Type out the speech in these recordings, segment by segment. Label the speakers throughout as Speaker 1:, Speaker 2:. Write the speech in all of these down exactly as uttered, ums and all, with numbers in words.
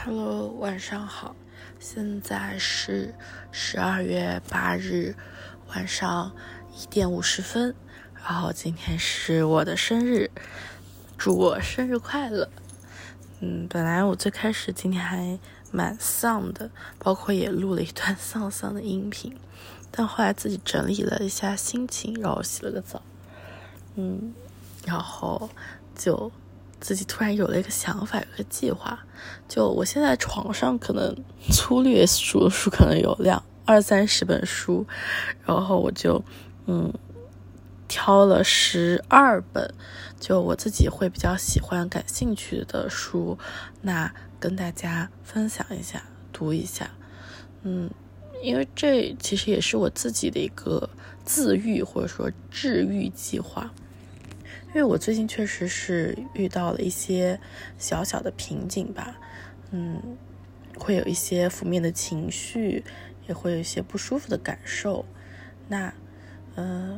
Speaker 1: Hello， 晚上好，现在是十二月八日晚上一点五十分，然后今天是我的生日，祝我生日快乐。嗯，本来我最开始今天还蛮丧的，包括也录了一段丧丧的音频，但后来自己整理了一下心情，然后洗了个澡，嗯，然后就自己突然有了一个想法，有一个计划。就我现在床上可能粗略数数可能有两二三十本书，然后我就嗯挑了十二本，就我自己会比较喜欢、感兴趣的书，那跟大家分享一下，读一下。嗯，因为这其实也是我自己的一个自愈或者说治愈计划。因为我最近确实是遇到了一些小小的瓶颈吧，嗯，会有一些负面的情绪，也会有一些不舒服的感受。那，呃，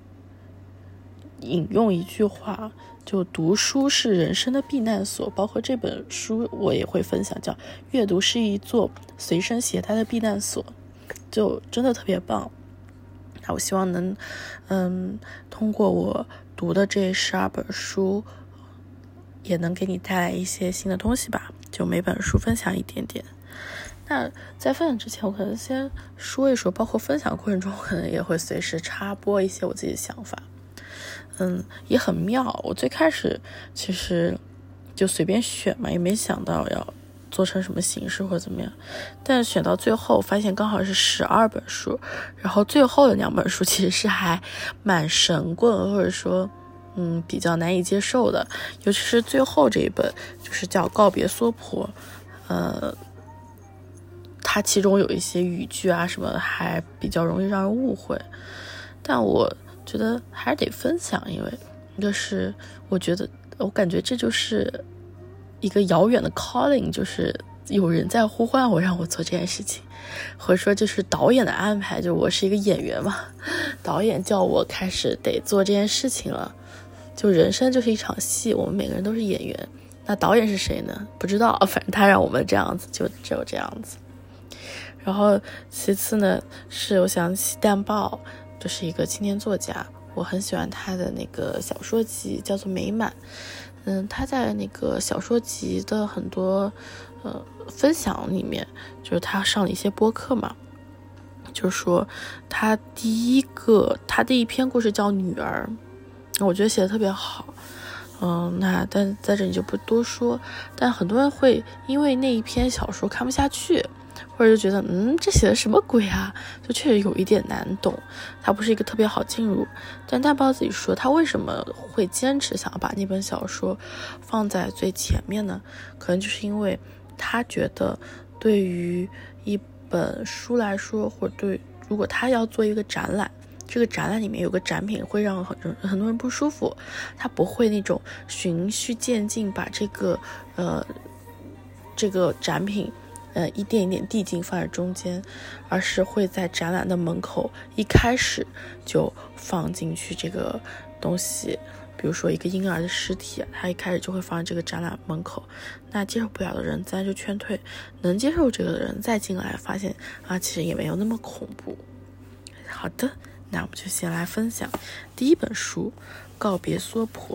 Speaker 1: 引用一句话，就读书是人生的避难所，包括这本书我也会分享，叫阅读是一座随身携带的避难所，就真的特别棒。那我希望能，嗯，通过我读的这十二本书，也能给你带来一些新的东西吧。就每本书分享一点点。那在分享之前，我可能先说一说，包括分享过程中，可能也会随时插播一些我自己的想法。嗯，也很妙。我最开始其实就随便选嘛，也没想到要做成什么形式或者怎么样，但选到最后发现刚好是十二本书，然后最后的两本书其实是还蛮神棍，或者说嗯比较难以接受的，尤其是最后这一本就是叫告别娑婆，呃它其中有一些语句啊什么还比较容易让人误会，但我觉得还是得分享，因为就是我觉得我感觉这就是一个遥远的 calling， 就是有人在呼唤我让我做这件事情，或者说就是导演的安排，就我是一个演员嘛，导演叫我开始得做这件事情了。就人生就是一场戏，我们每个人都是演员，那导演是谁呢？不知道，反正他让我们这样子，就只有这样子。然后其次呢，是我想起淡豹，就是一个青年作家，我很喜欢他的那个小说集叫做美满。嗯，他在那个小说集的很多呃分享里面，就是他上了一些播客嘛，就是说他第一个他第一篇故事叫女儿，我觉得写的特别好。嗯，那但在这里就不多说，但很多人会因为那一篇小说看不下去，或者就觉得嗯这写的什么鬼啊，就确实有一点难懂，它不是一个特别好进入。但淡豹自己说他为什么会坚持想要把那本小说放在最前面呢？可能就是因为他觉得对于一本书来说，或者对如果他要做一个展览，这个展览里面有个展品会让很很多人不舒服，他不会那种循序渐进把这个呃这个展品呃一点一点递进放在中间，而是会在展览的门口一开始就放进去这个东西。比如说一个婴儿的尸体，他一开始就会放在这个展览门口，那接受不了的人自然就劝退，能接受这个的人再进来发现啊其实也没有那么恐怖。好的，那我们就先来分享第一本书《告别娑婆》。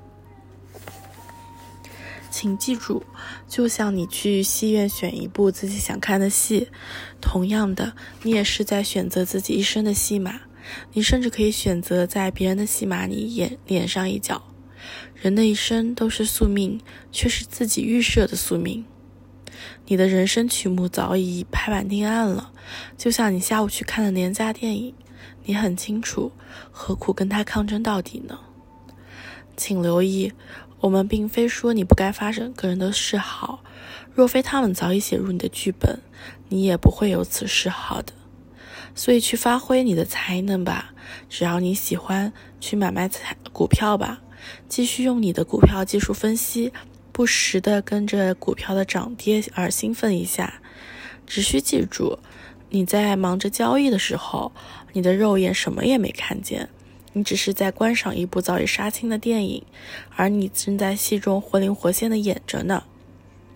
Speaker 1: 请记住，就像你去戏院选一部自己想看的戏，同样的，你也是在选择自己一生的戏码。你甚至可以选择在别人的戏码里演脸上一脚。人的一生都是宿命，却是自己预设的宿命。你的人生曲目早已拍板定案了，就像你下午去看的廉价电影，你很清楚，何苦跟他抗争到底呢？请留意，我们并非说你不该发展个人的嗜好，若非他们早已写入你的剧本，你也不会有此嗜好的。所以去发挥你的才能吧，只要你喜欢，去买卖股票吧，继续用你的股票技术分析，不时地跟着股票的涨跌而兴奋一下。只需记住，你在忙着交易的时候，你的肉眼什么也没看见，你只是在观赏一部早已杀青的电影，而你正在戏中活灵活现地演着呢。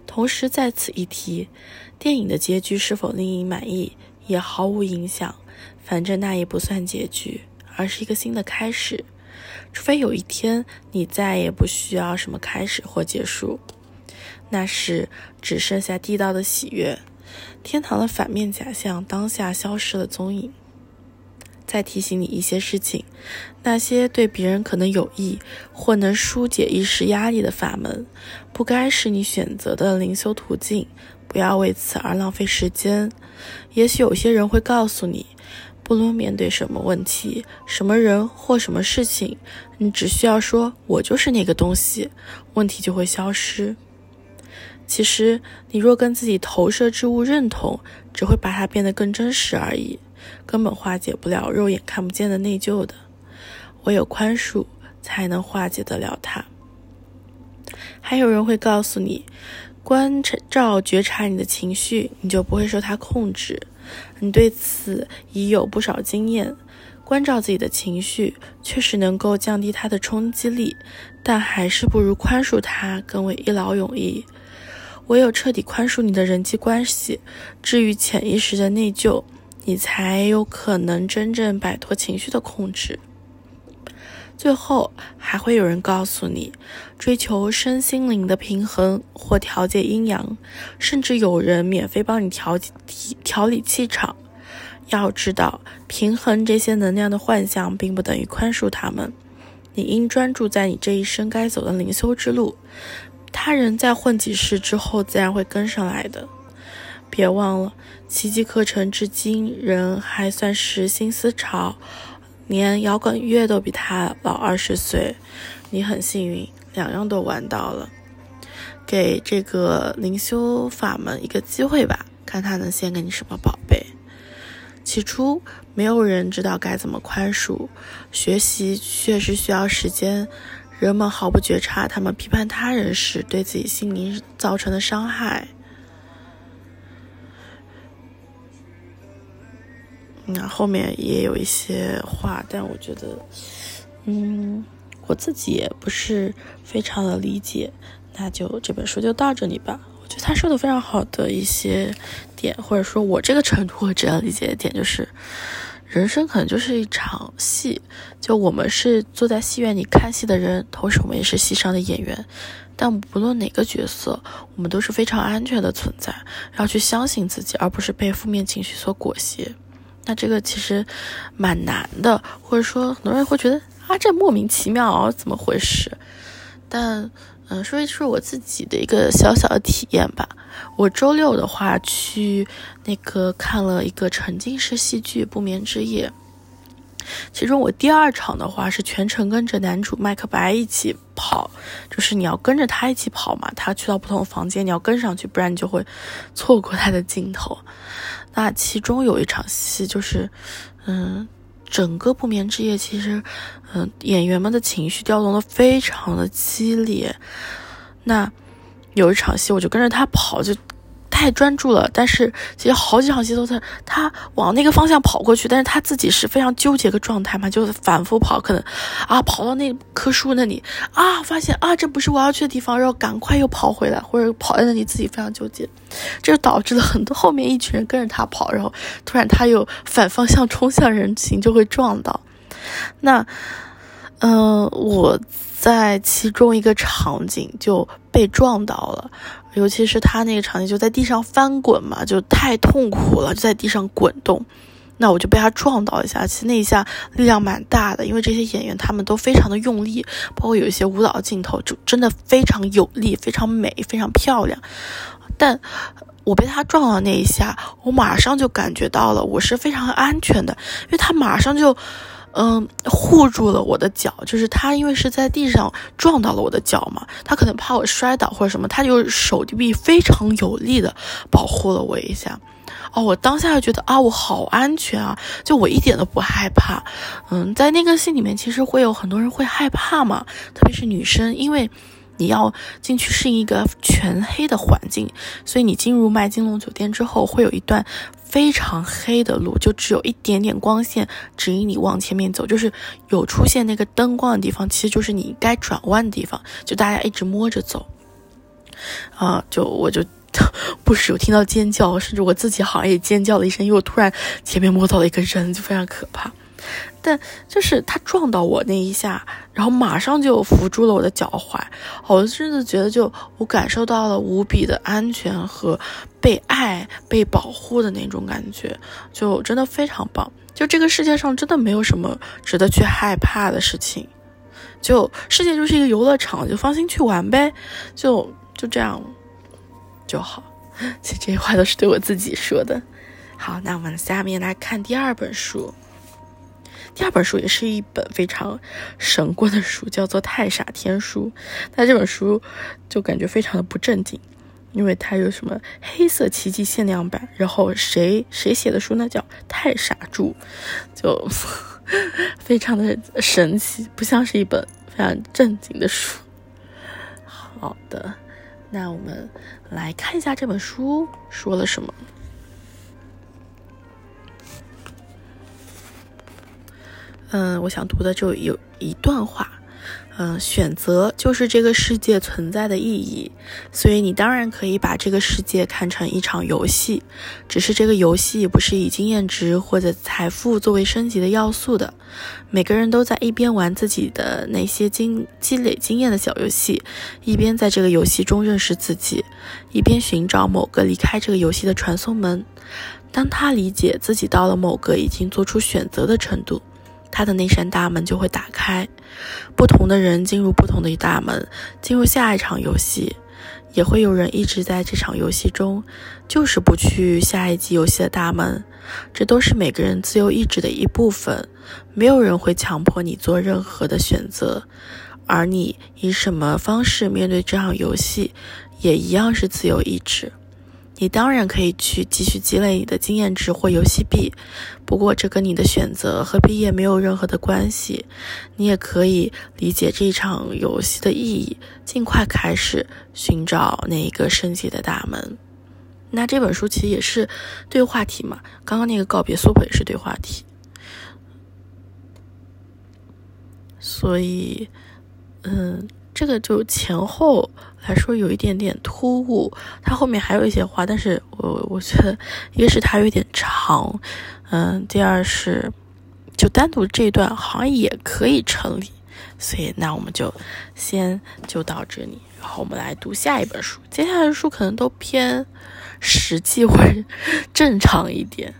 Speaker 1: 同时在此一提，电影的结局是否令你满意也毫无影响，反正那也不算结局，而是一个新的开始。除非有一天你再也不需要什么开始或结束，那时只剩下地道的喜悦，天堂的反面假象当下消失了踪影。再提醒你一些事情，那些对别人可能有益或能疏解一时压力的法门，不该是你选择的灵修途径，不要为此而浪费时间。也许有些人会告诉你，不论面对什么问题、什么人或什么事情，你只需要说我就是那个东西，问题就会消失。其实你若跟自己投射之物认同，只会把它变得更真实而已，根本化解不了肉眼看不见的内疚的。唯有宽恕才能化解得了它。还有人会告诉你，关照觉察你的情绪，你就不会受它控制。你对此已有不少经验，关照自己的情绪确实能够降低它的冲击力，但还是不如宽恕它更为一劳永逸。唯有彻底宽恕你的人际关系，治愈潜意识的内疚，你才有可能真正摆脱情绪的控制。最后还会有人告诉你，追求身心灵的平衡或调节阴阳，甚至有人免费帮你调调理气场。要知道，平衡这些能量的幻象并不等于宽恕他们，你应专注在你这一生该走的灵修之路，他人在混几世之后自然会跟上来的。别忘了，奇迹课程至今仍还算是新思潮，连摇滚乐都比他老二十岁，你很幸运，两样都玩到了。给这个灵修法门一个机会吧，看他能献给你什么宝贝。起初没有人知道该怎么宽恕，学习确实需要时间，人们毫不觉察他们批判他人时对自己心灵造成的伤害。那后面也有一些话，但我觉得嗯，我自己也不是非常的理解，那就这本书就到这里吧。我觉得他说的非常好的一些点，或者说我这个程度我这样理解的点，就是人生可能就是一场戏，就我们是坐在戏院里看戏的人，同时我们也是戏上的演员，但不论哪个角色，我们都是非常安全的存在，要去相信自己，而不是被负面情绪所裹挟。那这个其实蛮难的，或者说很多人会觉得啊，这莫名其妙啊，怎么回事？但嗯，说一说我自己的一个小小的体验吧。我周六的话去那个看了一个沉浸式戏剧《不眠之夜》，其中我第二场的话是全程跟着男主麦克白一起跑，就是你要跟着他一起跑嘛，他去到不同的房间，你要跟上去，不然你就会错过他的镜头。那其中有一场戏就是嗯，整个不眠之夜其实嗯，演员们的情绪调动的非常的激烈。那有一场戏我就跟着他跑，就太专注了，但是其实好几场戏都是他往那个方向跑过去，但是他自己是非常纠结的状态嘛，就是反复跑，可能啊跑到那棵树那里啊，发现啊这不是我要去的地方，然后赶快又跑回来，或者跑在那里自己非常纠结，这就导致了很多后面一群人跟着他跑，然后突然他又反方向冲向人群，就会撞到。那嗯、呃，我在其中一个场景就被撞到了，尤其是他那个场景就在地上翻滚嘛，就太痛苦了，就在地上滚动。那我就被他撞到一下，其实那一下力量蛮大的，因为这些演员他们都非常的用力，包括有一些舞蹈镜头就真的非常有力，非常美，非常漂亮。但我被他撞到那一下，我马上就感觉到了我是非常安全的，因为他马上就嗯，护住了我的脚，就是他因为是在地上撞到了我的脚嘛，他可能怕我摔倒或者什么，他就手臂非常有力的保护了我一下。哦，我当下就觉得啊，我好安全啊，就我一点都不害怕。嗯，在那个戏里面其实会有很多人会害怕嘛，特别是女生，因为你要进去适应一个全黑的环境，所以你进入麦金龙酒店之后会有一段非常黑的路，就只有一点点光线指引你往前面走，就是有出现那个灯光的地方其实就是你该转弯的地方，就大家一直摸着走。 啊、呃，就我就不时有听到尖叫，甚至我自己好像也尖叫了一声，因为我突然前面摸到了一个人，就非常可怕。但就是他撞到我那一下，然后马上就扶住了我的脚踝，我真的觉得就我感受到了无比的安全和被爱被保护的那种感觉，就真的非常棒。就这个世界上真的没有什么值得去害怕的事情，就世界就是一个游乐场，就放心去玩呗，就就这样就好。其实这些话都是对我自己说的。好，那我们下面来看第二本书。第二本书也是一本非常神棍的书，叫做《太傻天书》。但这本书就感觉非常的不正经，因为它有什么黑色奇迹限量版，然后谁谁写的书呢？叫太傻著，就非常的神奇，不像是一本非常正经的书。好的，那我们来看一下这本书说了什么。嗯，我想读的就有一段话，嗯，选择就是这个世界存在的意义，所以你当然可以把这个世界看成一场游戏，只是这个游戏不是以经验值或者财富作为升级的要素的。每个人都在一边玩自己的那些经积累经验的小游戏，一边在这个游戏中认识自己，一边寻找某个离开这个游戏的传送门。当他理解自己到了某个已经做出选择的程度，他的那扇大门就会打开，不同的人进入不同的大门，进入下一场游戏，也会有人一直在这场游戏中，就是不去下一级游戏的大门。这都是每个人自由意志的一部分，没有人会强迫你做任何的选择，而你以什么方式面对这场游戏，也一样是自由意志。你当然可以去继续积累你的经验值或游戏币，不过这跟你的选择和毕业没有任何的关系。你也可以理解这场游戏的意义，尽快开始寻找那一个升级的大门。那这本书其实也是对话题嘛，刚刚那个告别缩本也是对话题，所以嗯这个就前后来说有一点点突兀，它后面还有一些话，但是我我觉得一个是它有一点长，嗯，第二是就单独这一段好像也可以成立，所以那我们就先就到这里，然后我们来读下一本书。接下来的书可能都偏实际或者正常一点。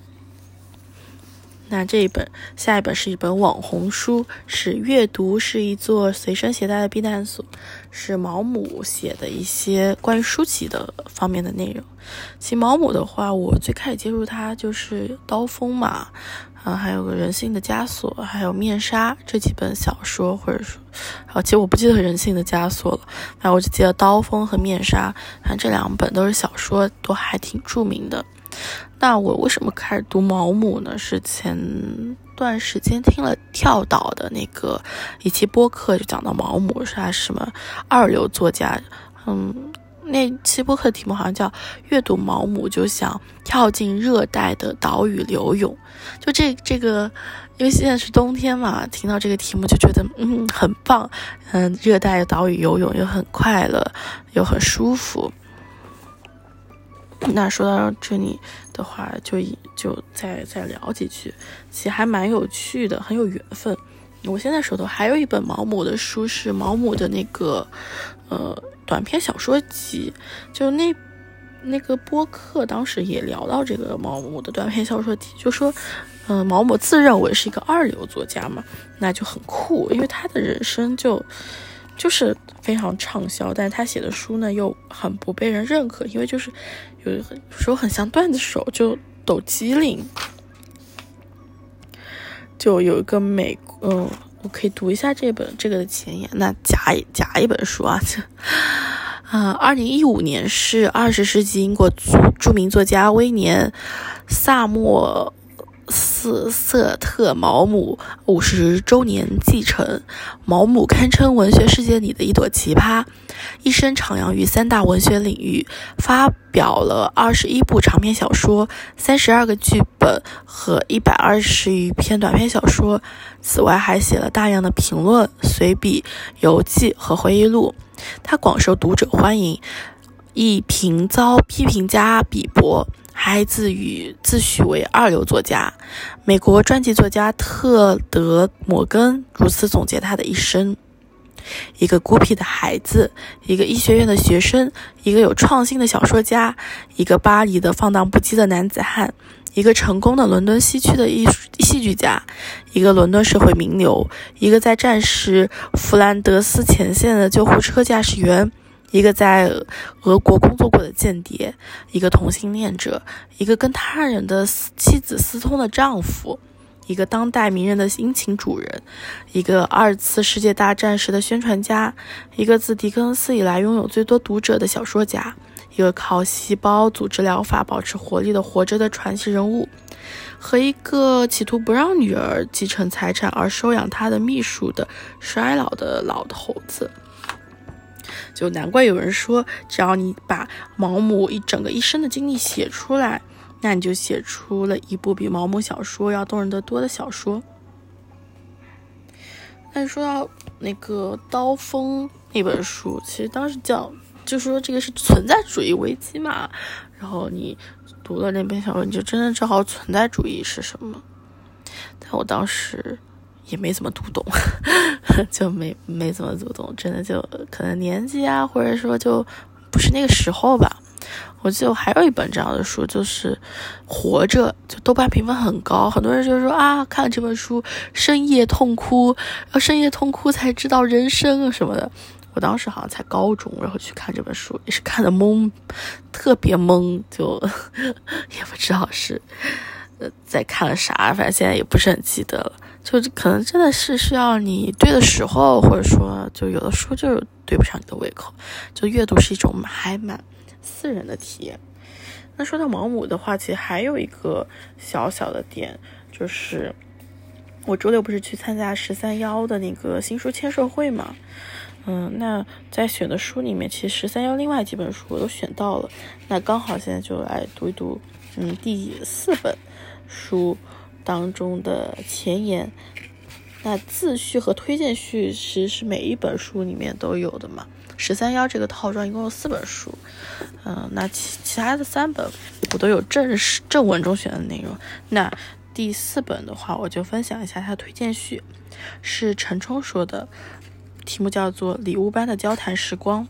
Speaker 1: 那这一本下一本是一本网红书，是阅读是一座随身携带的避难所，是毛姆写的一些关于书籍的方面的内容。其实毛姆的话，我最开始接触他就是刀锋嘛，啊，还有个人性的枷锁，还有面纱这几本小说，或者说啊，其实我不记得人性的枷锁了，反正我就记得刀锋和面纱，反正这两本都是小说，都还挺著名的。那我为什么开始读毛姆呢？是前段时间听了跳岛的那个一期播客，就讲到毛姆是他什么二流作家，嗯，那期播客的题目好像叫阅读毛姆就想跳进热带的岛屿游泳。就这这个因为现在是冬天嘛，听到这个题目就觉得嗯很棒，嗯，热带的岛屿游泳又很快乐又很舒服。那说到这里的话，就就再再聊几句，其实还蛮有趣的，很有缘分。我现在手头还有一本毛姆的书，是毛姆的那个呃短篇小说集，就那那个播客当时也聊到这个毛姆的短篇小说集，就说嗯、呃，毛姆自认为是一个二流作家嘛，那就很酷，因为他的人生就就是非常畅销，但是他写的书呢又很不被人认可，因为就是有时候很像段子手，就抖机灵。就有一个美嗯，我可以读一下这本这个的前言，那假假一本书啊，啊，二零一五年是二十世纪英国著著名作家威廉萨默斯瑟特毛姆五十周年继承。毛姆堪称文学世界里的一朵奇葩，一生徜徉于三大文学领域，发表了二十一部长篇小说、三十二个剧本和一百二十余篇短篇小说。此外还写了大量的评论、随笔、游记和回忆录。他广受读者欢迎，亦频遭批评家鄙薄，还自诩自诩为二流作家。美国传记作家特德·摩根如此总结他的一生：一个孤僻的孩子，一个医学院的学生，一个有创新的小说家，一个巴黎的放荡不羁的男子汉，一个成功的伦敦西区的艺术戏剧家，一个伦敦社会名流，一个在战时弗兰德斯前线的救护车驾驶员，一个在俄国工作过的间谍，一个同性恋者，一个跟他人的妻子私通的丈夫，一个当代名人的殷勤主人，一个二次世界大战时的宣传家，一个自狄更斯以来拥有最多读者的小说家，一个靠细胞组织疗法保持活力的活着的传奇人物，和一个企图不让女儿继承财产而收养他的秘书的衰老的老头子。就难怪有人说，只要你把毛姆一整个一生的经历写出来，那你就写出了一部比毛姆小说要动人得多的小说。那说到那个刀锋那本书，其实当时讲就说这个是存在主义危机嘛，然后你读了那本小说，你就真的知道存在主义是什么。但我当时也没怎么读懂，就没没怎么读懂，真的就可能年纪啊，或者说就不是那个时候吧。我记得我还有一本这样的书，就是《活着》，就豆瓣评分很高，很多人就说啊，看了这本书深夜痛哭，要深夜痛哭才知道人生啊什么的。我当时好像才高中，然后去看这本书，也是看得懵，特别懵，就也不知道是呃在看了啥，反正现在也不是很记得了。就可能真的是需要你对的时候，或者说就有的书就是对不上你的胃口，就阅读是一种还蛮私人的体验。那说到毛姆的话，其实还有一个小小的点，就是我周六不是去参加十三幺的那个新书签售会嘛，嗯，那在选的书里面，其实十三幺另外几本书我都选到了，那刚好现在就来读一读，嗯，第四本书当中的前言。那自序和推荐序其实是每一本书里面都有的嘛。十三幺这个套装一共有四本书，嗯，那其其他的三本我都有正式正文中选的内容。那第四本的话，我就分享一下它的推荐序，是陈冲说的，题目叫做《礼物般的交谈时光》。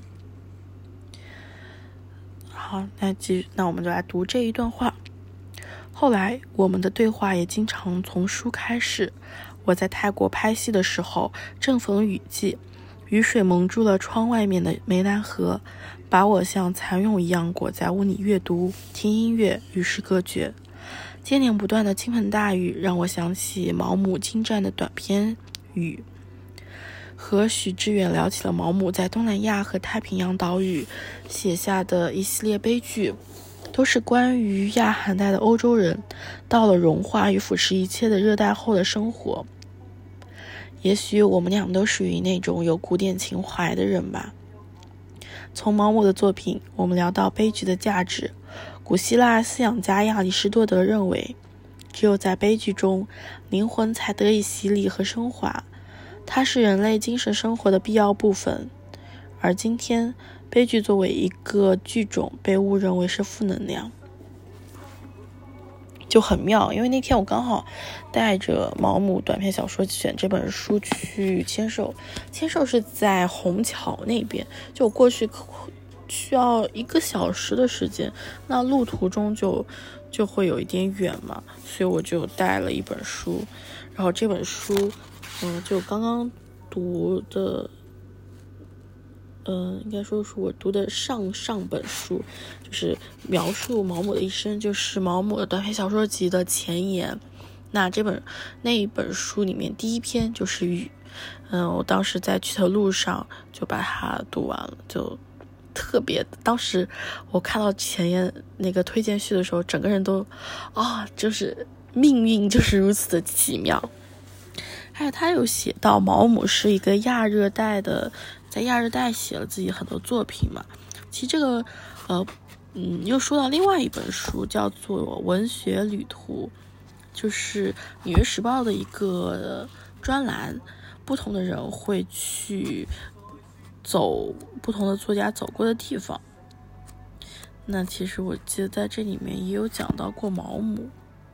Speaker 1: 好，那继那我们就来读这一段话。后来我们的对话也经常从书开始。我在泰国拍戏的时候，正逢雨季，雨水蒙住了窗外面的湄南河，把我像蚕蛹一样裹在屋里阅读、听音乐，与世隔绝。接连不断的倾盆大雨让我想起毛姆精湛的短篇《雨》，和许知远聊起了毛姆在东南亚和太平洋岛屿写下的一系列悲剧，都是关于亚寒带的欧洲人到了融化与腐蚀一切的热带后的生活。也许我们俩都属于那种有古典情怀的人吧。从毛姆的作品，我们聊到悲剧的价值。古希腊思想家亚里士多德认为，只有在悲剧中，灵魂才得以洗礼和升华，它是人类精神生活的必要部分。而今天，悲剧作为一个剧种被误认为是负能量，就很妙。因为那天我刚好带着毛姆短篇小说选这本书去签售，签售是在虹桥那边，就我过去需要一个小时的时间，那路途中就就会有一点远嘛，所以我就带了一本书，然后这本书嗯，就刚刚读的嗯，应该说是我读的上上本书，就是描述毛姆的一生，就是毛姆的短篇小说集的前言。那这本那一本书里面第一篇就是雨，嗯，我当时在去的路上就把它读完了，就特别，当时我看到前言那个推荐序的时候，整个人都啊、哦，就是命运就是如此的奇妙。还有他有写到毛姆是一个亚热带的，在亚热带写了自己很多作品嘛。其实这个呃嗯，又说到另外一本书叫做《文学旅途》，就是纽约时报的一个专栏，不同的人会去走不同的作家走过的地方。那其实我记得在这里面也有讲到过毛姆，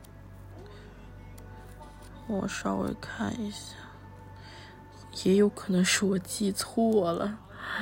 Speaker 1: 我稍微看一下，也有可能是我记错了。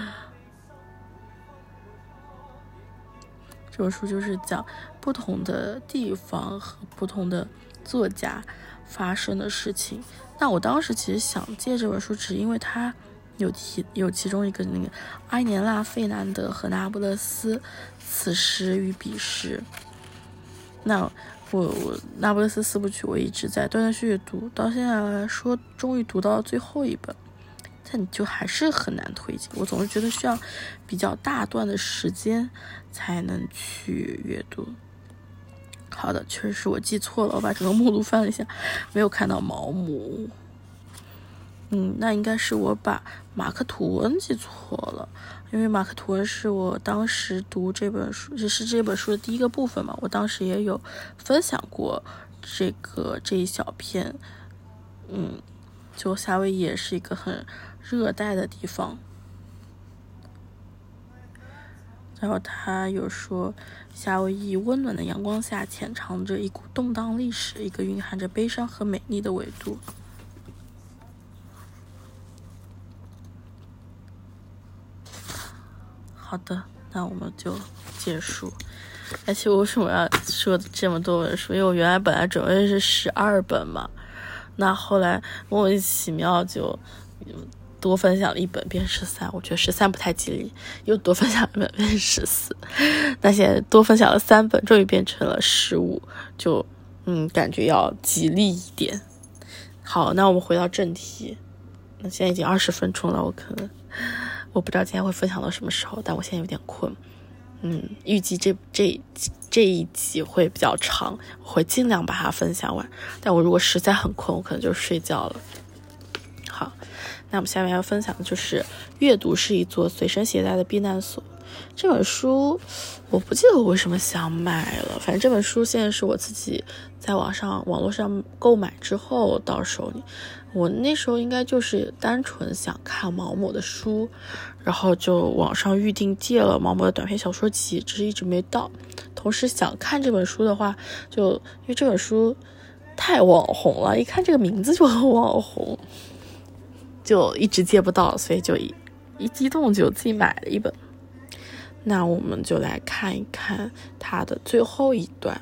Speaker 1: 这本书就是讲不同的地方和不同的作家发生的事情。那我当时其实想借这本书，只因为它有其有其中一个那个埃涅拉·费南德和那不勒斯此时与彼时。那我我那不勒斯四部曲我一直在断断续续读，到现在来说终于读到最后一本，但就还是很难推进。我总是觉得需要比较大段的时间才能去阅读。好的，确实是我记错了，我把整个目录翻了一下，没有看到毛姆。嗯，那应该是我把马克吐温记错了，因为马克吐温是我当时读这本书，这是这本书的第一个部分嘛，我当时也有分享过这个这一小片。嗯，就夏威夷也是一个很热带的地方。然后他有说，夏威夷温暖的阳光下潜藏着一股动荡历史，一个蕴含着悲伤和美丽的纬度。好的，那我们就结束。而且我为什么要说这么多本书？因为我原来本来准备是十二本嘛，那后来莫名其妙就多分享了一本变十三，我觉得十三不太吉利，又多分享一本变十四，那现在多分享了三本，终于变成了十五，就嗯感觉要吉利一点。好，那我们回到正题。那现在已经二十分钟了，我可能我不知道今天会分享到什么时候，但我现在有点困。嗯，预计这这这一集会比较长，我会尽量把它分享完。但我如果实在很困，我可能就睡觉了。好，那我们下面要分享的就是《阅读是一座随身携带的避难所》这本书。我不记得我为什么想买了，反正这本书现在是我自己在网上网络上购买之后到手里。我那时候应该就是单纯想看毛姆的书，然后就网上预定借了毛姆的短篇小说集，只是一直没到。同时想看这本书的话，就因为这本书太网红了，一看这个名字就很网红，就一直借不到，所以就一一激动就自己买了一本。那我们就来看一看它的最后一段。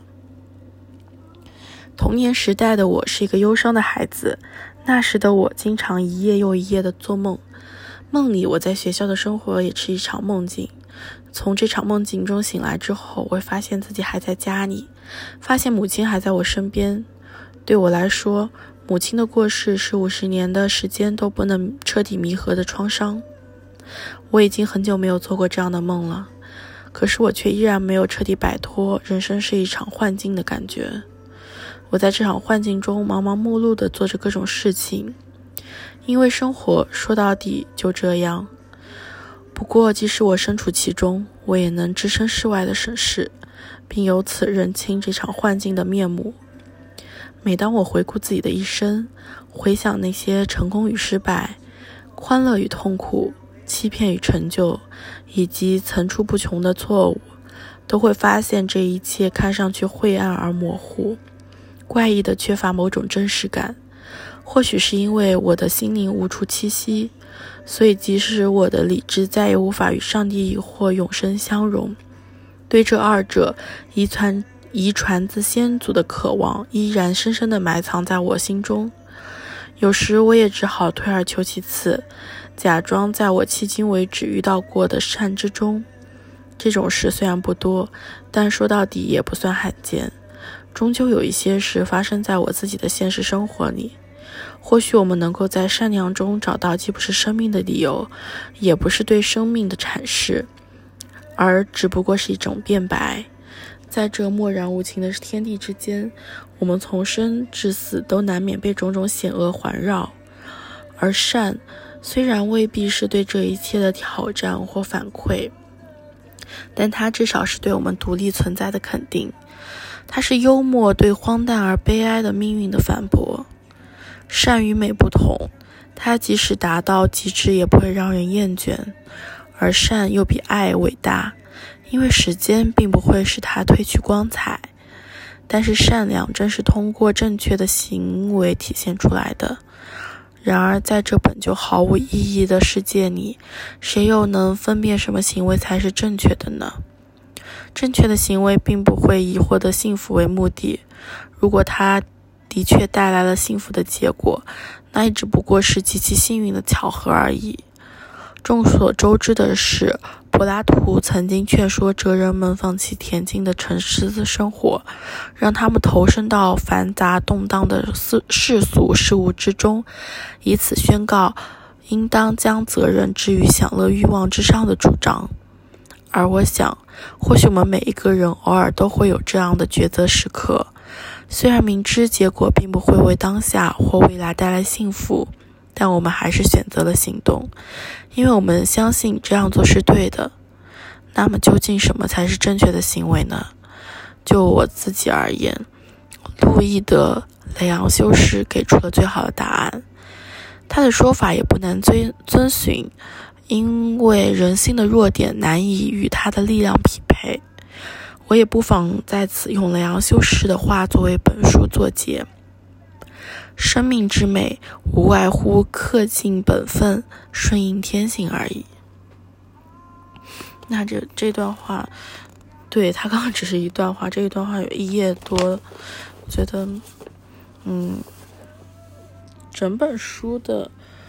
Speaker 1: 童年时代的我是一个忧伤的孩子，那时的我经常一夜又一夜的做梦，梦里我在学校的生活也是一场梦境。从这场梦境中醒来之后，我会发现自己还在家里，发现母亲还在我身边。对我来说，母亲的过世是五十年的时间都不能彻底弥合的创伤。我已经很久没有做过这样的梦了，可是我却依然没有彻底摆脱人生是一场幻境的感觉。我在这场幻境中忙忙碌碌地做着各种事情，因为生活说到底就这样。不过即使我身处其中，我也能置身事外的审视，并由此认清这场幻境的面目。每当我回顾自己的一生，回想那些成功与失败，欢乐与痛苦，欺骗与成就，以及层出不穷的错误，都会发现这一切看上去晦暗而模糊，怪异的缺乏某种真实感。或许是因为我的心灵无处栖息，所以即使我的理智再也无法与上帝或永生相容，对这二者遗传遗传自先祖的渴望依然深深地埋藏在我心中。有时我也只好退而求其次，假装在我迄今为止遇到过的善之中。这种事虽然不多，但说到底也不算罕见。终究有一些事发生在我自己的现实生活里。或许我们能够在善良中找到既不是生命的理由，也不是对生命的阐释，而只不过是一种辩白。 在这漠然无情的天地之间，我们从生至死都难免被种种险恶环绕，而善虽然未必是对这一切的挑战或反馈，但它至少是对我们独立存在的肯定，它是幽默对荒诞而悲哀的命运的反驳。善与美不同，它即使达到极致也不会让人厌倦，而善又比爱伟大，因为时间并不会使它褪去光彩。但是善良正是通过正确的行为体现出来的。然而在这本就毫无意义的世界里，谁又能分辨什么行为才是正确的呢？正确的行为并不会以获得幸福为目的，如果它的确带来了幸福的结果，那也只不过是极其幸运的巧合而已。众所周知的是，柏拉图曾经劝说哲人们放弃恬静的城市的生活，让他们投身到繁杂动荡的世俗事物之中，以此宣告应当将责任置于享乐欲望之上的主张。而我想，或许我们每一个人偶尔都会有这样的抉择时刻，虽然明知结果并不会为当下或未来带来幸福，但我们还是选择了行动，因为我们相信这样做是对的。那么究竟什么才是正确的行为呢？就我自己而言，路易的雷昂修士给出了最好的答案。他的说法也不难遵遵循，因为人性的弱点难以与他的力量匹配。我也不妨在此用雷昂修士的话作为本书作结。生命之美无外乎恪尽本分，顺应天性而已。那这这段话，对，他刚刚只是一段话，这一段话有一页多，我觉得嗯整本书的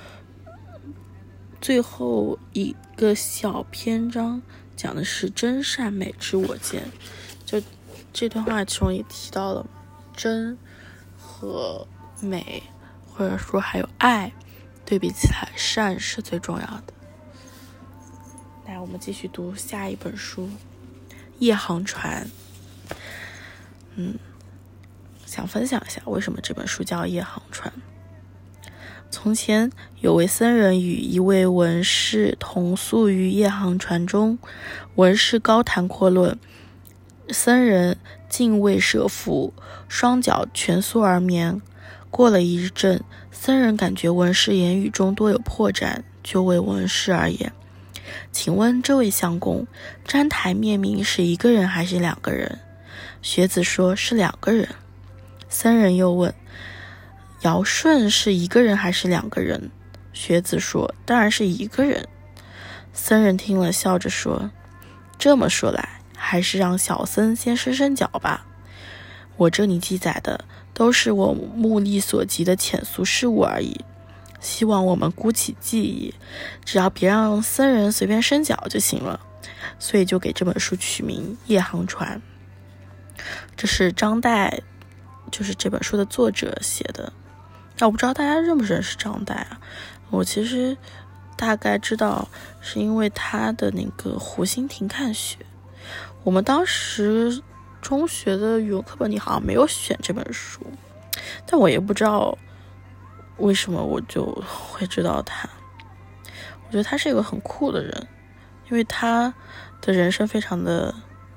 Speaker 1: 最后一个小篇章讲的是真善美之我见，就这段话其中也提到了真和美，或者说还有爱，对比起来善是最重要的。来，我们继续读下一本书《夜航船》。嗯，想分享一下为什么这本书叫《夜航船》。从前有位僧人与一位文士同宿于夜航船中，文士高谈阔论，僧人竟未舍服，双脚蜷缩而眠。过了一阵，僧人感觉文士言语中多有破绽，就问文士而言：请问这位相公，占台灭明是一个人还是两个人？学子说是两个人。僧人又问：尧舜是一个人还是两个人？学子说当然是一个人。僧人听了笑着说：这么说来，还是让小僧先伸伸脚吧。我这里记载的都是我目力所及的浅俗事物而已，希望我们鼓起记忆，只要别让僧人随便伸脚就行了。所以就给这本书取名《夜航船》。这是张岱，就是这本书的作者写的。那我不知道大家认不认识张岱啊？我其实大概知道，是因为他的那个《湖心亭看雪》。我们当时中学的语文课本里好像没有选这本书，但我也不知道为什么我就会知道他。我觉得他是一个很酷的人，因为他的人生非常的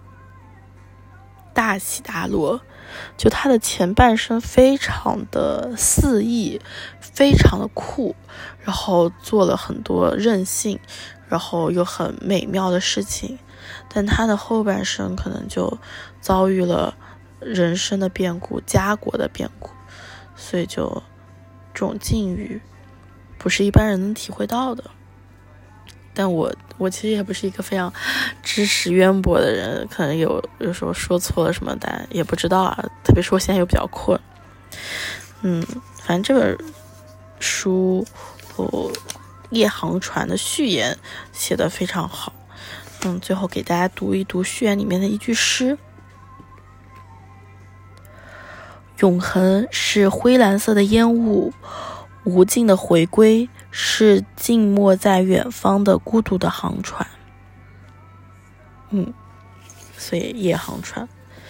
Speaker 1: 大起大落，就他的前半生非常的肆意，非常的酷，然后做了很多任性，然后又很美妙的事情，但他的后半生可能就遭遇了人生的变故，家国的变故，所以就这种境遇不是一般人能体会到的。但我我其实也不是一个非常知识渊博的人，可能有有时候说错了什么，但也不知道啊。特别是我现在又比较困，嗯，反正这本书哦，夜航船的序言写得非常好。嗯，最后给大家读一读序言里面的一句诗：永恒是灰蓝色的烟雾，无尽的回归是静默在远方的孤独的航船。嗯，所以夜航船。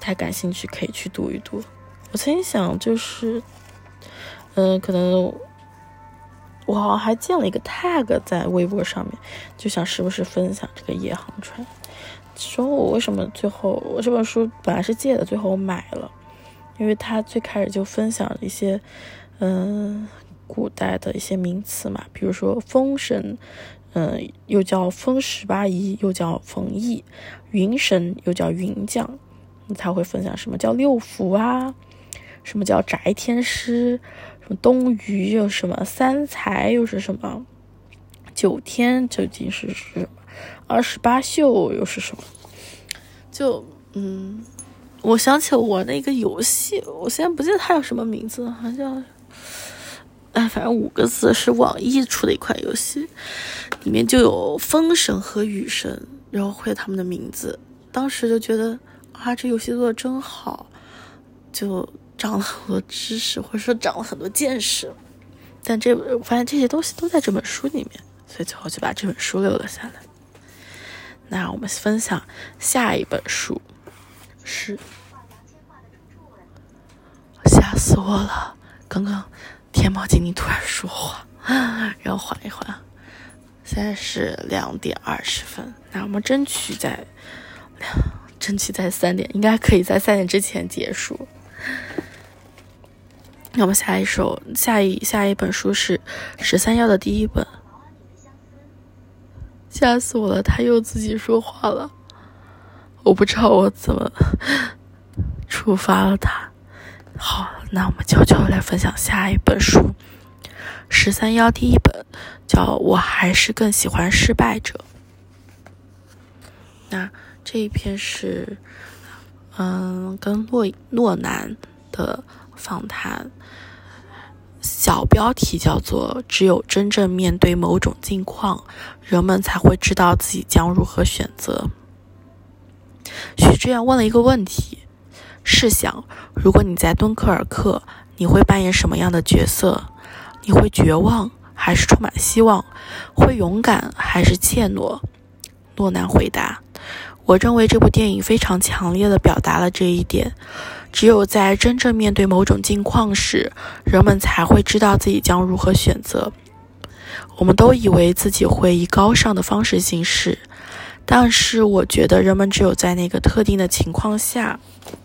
Speaker 1: 太感兴趣可以去读一读。我曾经想就是嗯、呃，可能我好像还建了一个 tag 在微博上面，就想时不时分享这个夜航船。说我为什么最后我这本书本来是借的，最后我买了，因为他最开始就分享了一些嗯古代的一些名词嘛，比如说风神，嗯又叫风十八夷，又叫冯异；云神又叫云将。他会分享什么叫六福啊，什么叫翟天师，什么东隅又什么三才又是什么，九天究竟是什么，二十八宿又是什么。就嗯我想起我那个游戏，我现在不记得它有什么名字，好像叫哎，反正五个字，是网易出的一款游戏，里面就有风神和雨神，然后会有他们的名字。当时就觉得啊，这游戏做的真好，就长了很多知识，或者说长了很多见识。但这我发现这些东西都在这本书里面，所以最后就把这本书留了下来。那我们分享下一本书，是吓死我了！刚刚天猫精灵突然说话，然后缓一缓。现在是两点二十分，那我们争取在争取在三点，应该可以在三点之前结束。那我们下一首下一下一本书是十三幺的第一本。吓死我了，他又自己说话了，我不知道我怎么触发了他。好，那我们悄悄来分享下一本书，十三幺第一本叫我还是更喜欢失败者。那这一篇是嗯跟诺诺南的访谈，小标题叫做只有真正面对某种境况，人们才会知道自己将如何选择。许志远问了一个问题，试想如果你在敦刻尔克，你会扮演什么样的角色？你会绝望还是充满希望？会勇敢还是怯懦？诺南回答，我认为这部电影非常强烈地表达了这一点。只有在真正面对某种境况时，人们才会知道自己将如何选择。我们都以为自己会以高尚的方式行事，但是我觉得人们只有在那个特定的情况下，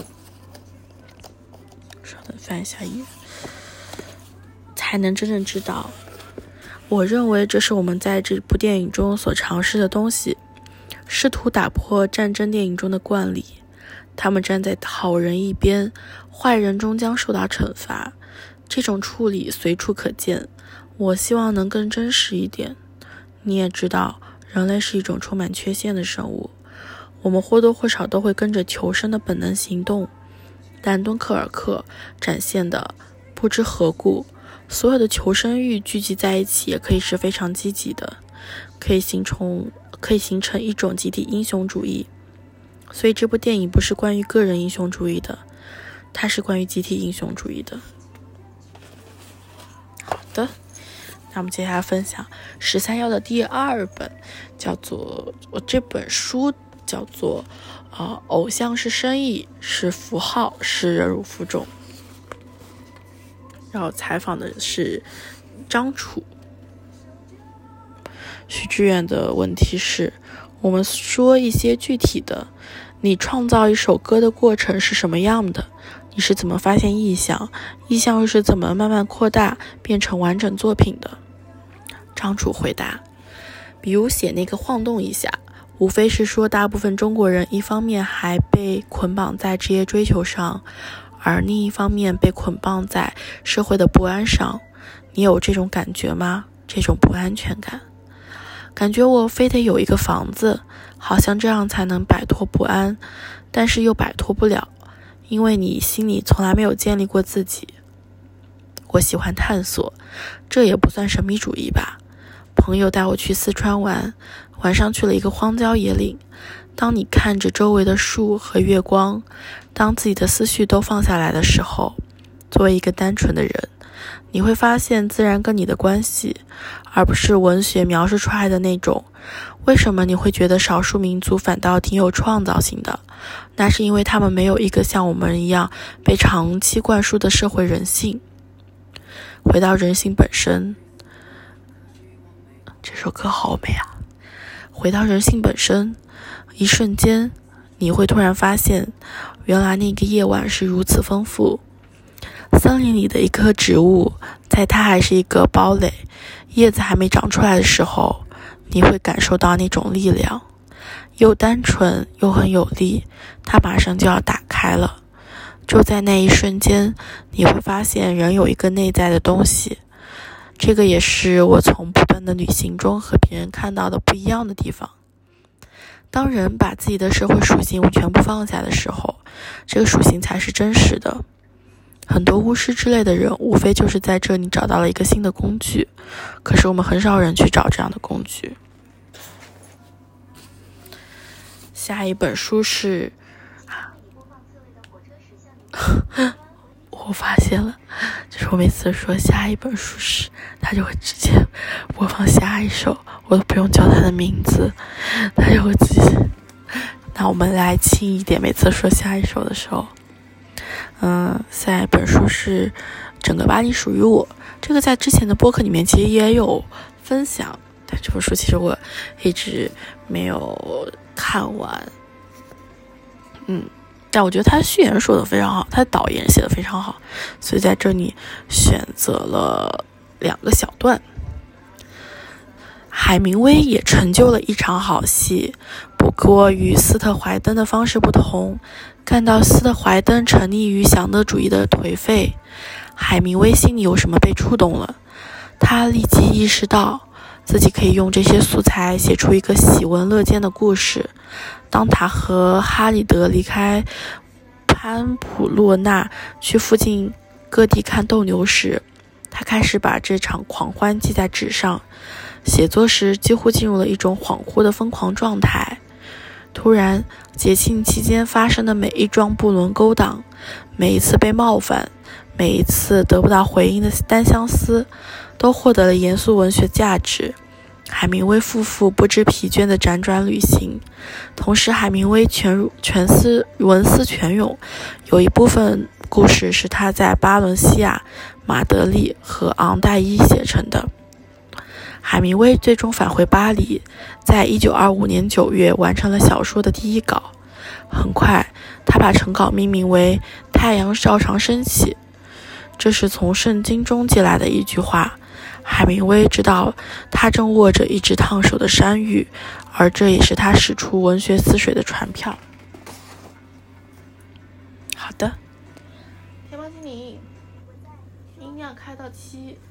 Speaker 1: 稍等翻一下页，才能真正知道。我认为这是我们在这部电影中所尝试的东西，试图打破战争电影中的惯例。他们站在好人一边，坏人终将受到惩罚。这种处理随处可见，我希望能更真实一点。你也知道，人类是一种充满缺陷的生物，我们或多或少都会跟着求生的本能行动。但敦刻尔克展现的不知何故，所有的求生欲聚集在一起，也可以是非常积极的，可以形成可以形成一种集体英雄主义。所以这部电影不是关于个人英雄主义的，它是关于集体英雄主义的。好的，那我们接下来分享十三幺的第二本，叫做我这本书叫做呃，偶像是生意，是符号，是忍辱负重。然后采访的是张楚。许志远的问题是，我们说一些具体的，你创造一首歌的过程是什么样的？你是怎么发现意象？意象又是怎么慢慢扩大变成完整作品的？张楚回答，比如写那个晃动一下，无非是说大部分中国人一方面还被捆绑在职业追求上，而另一方面被捆绑在社会的不安上。你有这种感觉吗？这种不安全感？感觉我非得有一个房子，好像这样才能摆脱不安，但是又摆脱不了，因为你心里从来没有建立过自己。我喜欢探索，这也不算神秘主义吧。朋友带我去四川玩，晚上去了一个荒郊野岭。当你看着周围的树和月光，当自己的思绪都放下来的时候，作为一个单纯的人， 你会发现自然跟你的关系，而不是文学描述出来的那种。为什么你会觉得少数民族反倒挺有创造性的？那是因为他们没有一个像我们一样被长期灌输的社会人性。回到人性本身，这首歌好美啊！回到人性本身，一瞬间你会突然发现，原来那个夜晚是如此丰富。森林里的一棵植物，在它还是一个堡垒，叶子还没长出来的时候，你会感受到那种力量，又单纯又很有力，它马上就要打开了。就在那一瞬间，你会发现人有一个内在的东西。这个也是我从部分的旅行中和别人看到的不一样的地方。当人把自己的社会属性全部放下的时候，这个属性才是真实的。很多巫师之类的人无非就是在这里找到了一个新的工具，可是我们很少人去找这样的工具。下一本书是我发现了，就是我每次说下一本书时，他就会直接播放下一首，我都不用叫他的名字，他就会自己。那我们来轻一点，每次说下一首的时候，嗯，下一本书是《整个巴黎属于我》，这个在之前的播客里面其实也有分享，但这本书其实我一直没有看完，嗯。但我觉得他的序言说的非常好，他的导言写的非常好，所以在这里选择了两个小段。海明威也成就了一场好戏，不过与斯特怀登的方式不同，看到斯特怀登沉溺于享乐主义的颓废，海明威心里有什么被触动了。他立即意识到自己可以用这些素材写出一个喜闻乐见的故事。当他和哈里德离开潘普洛纳去附近各地看斗牛时，他开始把这场狂欢记在纸上，写作时几乎进入了一种恍惚的疯狂状态。突然，节庆期间发生的每一桩不伦勾当，每一次被冒犯，每一次得不到回应的单相思，都获得了严肃文学价值。海明威夫妇不知疲倦地辗转旅行，同时海明威全全思文思泉涌，有一部分故事是他在巴伦西亚、马德里和昂代伊写成的。海明威最终返回巴黎，在一九二五年九月完成了小说的第一稿。很快，他把成稿命名为《太阳照常升起》，这是从圣经中借来的一句话。海明威知道他正握着一只烫手的山芋，而这也是他使出文学死水的船票。好的，天猫精灵，音量开到七。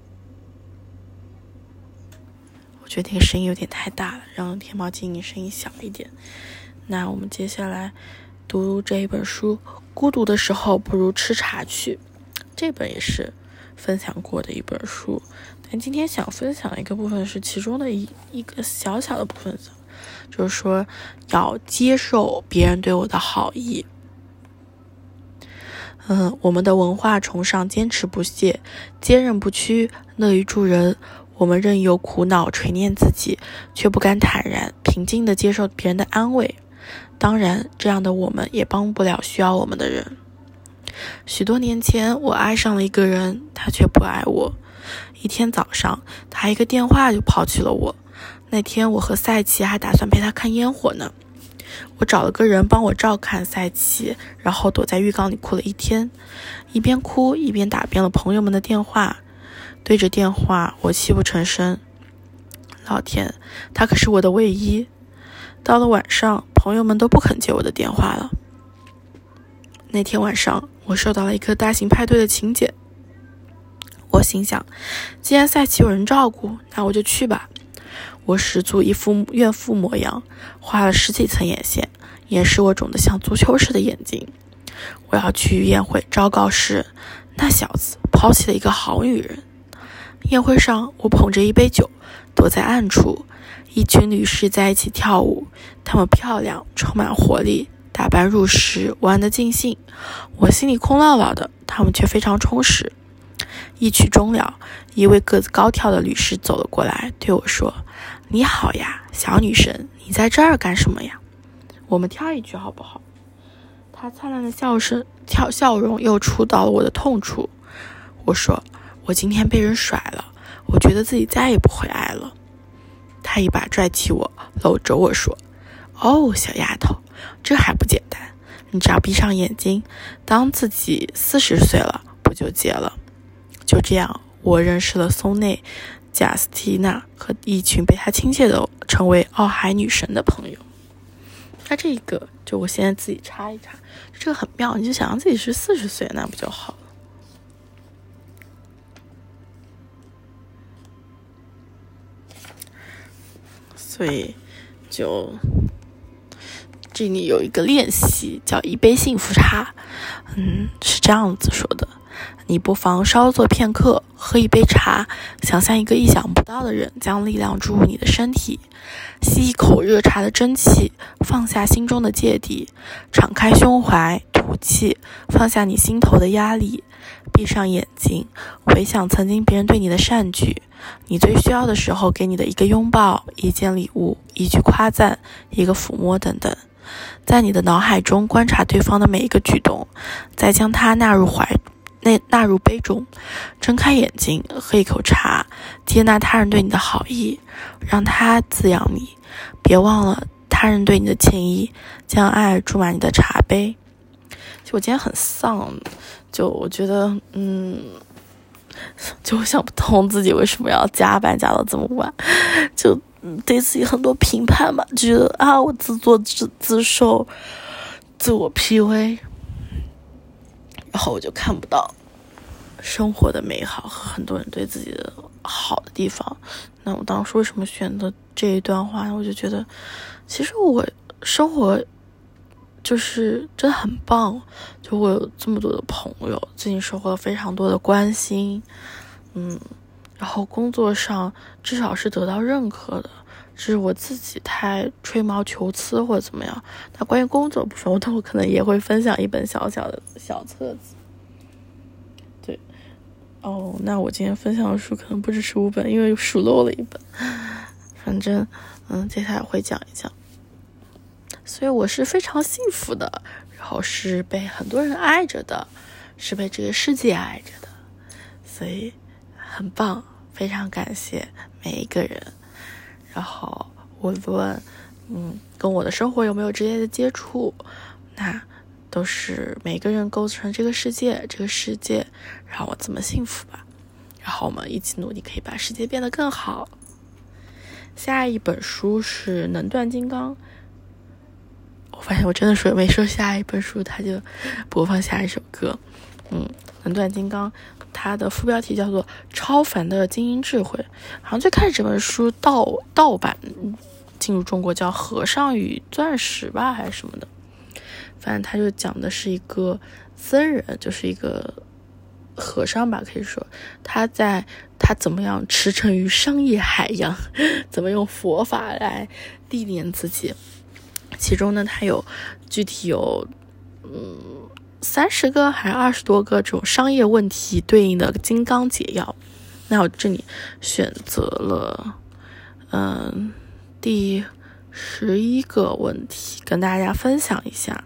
Speaker 1: 我觉得那个声音有点太大了，让天猫精灵声音小一点。那我们接下来读这一本书，《孤独的时候不如吃茶去》，这本也是分享过的一本书，但今天想分享一个部分是其中的一一个小小的部分，就是说要接受别人对我的好意。嗯，我们的文化崇尚坚持不懈、坚韧不屈、乐于助人，我们任由苦恼锤炼自己，却不敢坦然平静地接受别人的安慰。当然，这样的我们也帮不了需要我们的人。许多年前，我爱上了一个人，他却不爱我。一天早上，他一个电话就抛弃了我。那天我和赛琪还打算陪他看烟火呢。我找了个人帮我照看赛琪，然后躲在浴缸里哭了一天，一边哭一边打遍了朋友们的电话。对着电话，我泣不成声。老天，他可是我的唯一。到了晚上，朋友们都不肯接我的电话了。那天晚上，我收到了一个大型派对的请柬。我心想，既然赛琪有人照顾，那我就去吧。我使足一副怨妇模样，画了十几层眼线，掩饰我肿得像足球似的眼睛。我要去宴会昭告世人，那小子抛弃了一个好女人。宴会上，我捧着一杯酒，躲在暗处，一群女士在一起跳舞，她们漂亮，充满活力，打扮入时，玩得尽兴。我心里空落落的，她们却非常充实。 一曲终了，一位个子高挑的律师走了过来，对我说：“你好呀，小女神，你在这儿干什么呀？我们跳一曲好不好？”他灿烂的笑声跳笑容又触到了我的痛处。我说：“我今天被人甩了，我觉得自己再也不会爱了。”他一把拽起我，搂着我说：“哦，小丫头，这还不简单，你只要闭上眼睛，当自己四十岁了，不就结了？”就这样，我认识了松内、贾斯蒂娜和一群被她亲切的称为奥海女神的朋友。那这个就我现在自己插一插，这个很妙，你就想让自己是四十岁，那不就好了？所以就这里有一个练习叫一杯幸福茶，嗯，是这样子说的：你不妨稍作片刻，喝一杯茶，想象一个意想不到的人将力量注入你的身体，吸一口热茶的蒸汽，放下心中的芥蒂，敞开胸怀，吐气，放下你心头的压力，闭上眼睛，回想曾经别人对你的善举，你最需要的时候给你的一个拥抱，一件礼物，一句夸赞，一个抚摸等等，在你的脑海中观察对方的每一个举动，再将它纳入怀纳纳入杯中，睁开眼睛，喝一口茶，接纳他人对你的好意，让它滋养你。别忘了他人对你的情谊，将爱注满你的茶杯。就我今天很丧，就我觉得，嗯，就我想不通自己为什么要加班加到这么晚，就对自己很多评判嘛，觉得啊，我自作自自受，自我 P U A。然后我就看不到生活的美好和很多人对自己的好的地方。那我当时为什么选择这一段话呢？我就觉得其实我生活就是真的很棒，就我有这么多的朋友，最近收获了非常多的关心，嗯，然后工作上至少是得到认可的，只是我自己太吹毛求疵或者怎么样。那关于工作部分，我等会可能也会分享一本小小的小册子。对，哦，那我今天分享的书可能不止十五本，因为数漏了一本。反正，嗯，接下来会讲一讲。所以我是非常幸福的，然后是被很多人爱着的，是被这个世界爱着的，所以很棒，非常感谢每一个人。然后无论嗯跟我的生活有没有直接的接触，那都是每个人构成这个世界，这个世界让我这么幸福吧。然后我们一起努力，可以把世界变得更好。下一本书是《能断金刚》。我发现我真的说没说下一本书，他就播放下一首歌。嗯，能断金刚，它的副标题叫做《超凡的精英智慧》。好像最开始这本书盗盗版进入中国叫《和尚与钻石》吧，还是什么的。反正他就讲的是一个僧人，就是一个和尚吧，可以说他在他怎么样驰骋于商业海洋，怎么用佛法来历练自己。其中呢，它有具体有嗯三十个还是二十多个这种商业问题对应的金刚解药。那我这里选择了嗯第十一个问题跟大家分享一下。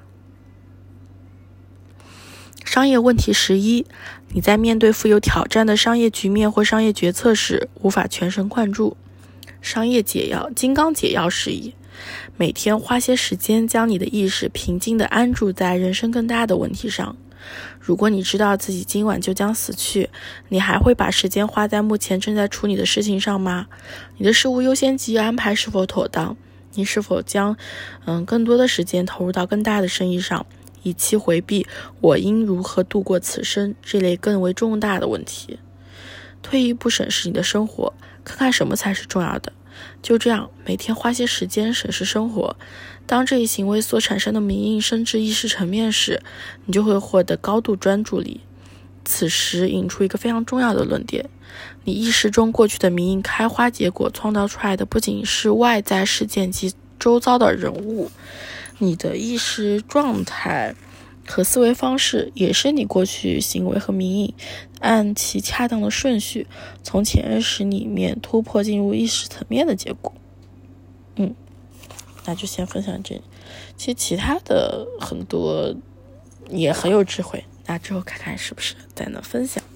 Speaker 1: 商业问题十一，你在面对富有挑战的商业局面或商业决策时，无法全神贯注。商业解药，金刚解药十一。每天花些时间将你的意识平静地安住在人生更大的问题上。如果你知道自己今晚就将死去，你还会把时间花在目前正在处理的事情上吗？你的事物优先级安排是否妥当？你是否将嗯更多的时间投入到更大的生意上，以期回避我应如何度过此生这类更为重大的问题？退一步审视你的生活，看看什么才是重要的。就这样，每天花些时间审视生活。当这一行为所产生的名印升至意识层面时，你就会获得高度专注力。此时引出一个非常重要的论点：你意识中过去的名印开花结果，创造出来的不仅是外在事件及周遭的人物，你的意识状态， 和思维方式也是你过去行为和迷影按其恰当的顺序从潜意识里面突破进入意识层面的结果。嗯，那就先分享这里。其实其他的很多也很有智慧，那之后看看是不是再能分享。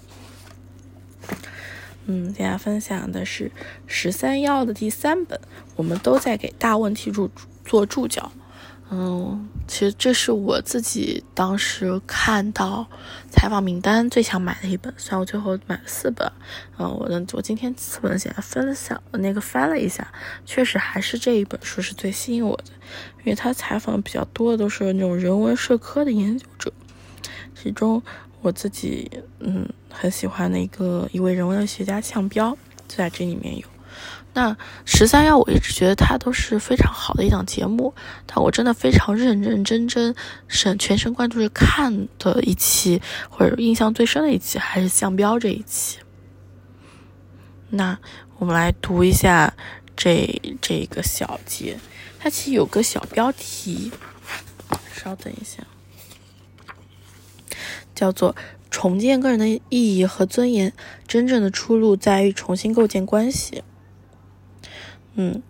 Speaker 1: 嗯，大家分享的是十三幺的第三本，我们都在给大问题注做注脚。嗯，其实这是我自己当时看到采访名单最想买的一本，虽然我最后买了四本。嗯，我的我今天四本写分享那个翻了一下，确实还是这一本书是最吸引我的，因为他采访比较多的都是那种人文社科的研究者，其中我自己嗯很喜欢的一个一位人文学家项彪就在这里面有。那十三幺我一直觉得它都是非常好的一档节目，但我真的非常认认真真是全神贯注着看的一期，或者印象最深的一期还是项彪这一期。那我们来读一下这这个小节，它其实有个小标题，稍等一下，叫做重建个人的意义和尊严，真正的出路在于重新构建关系。嗯，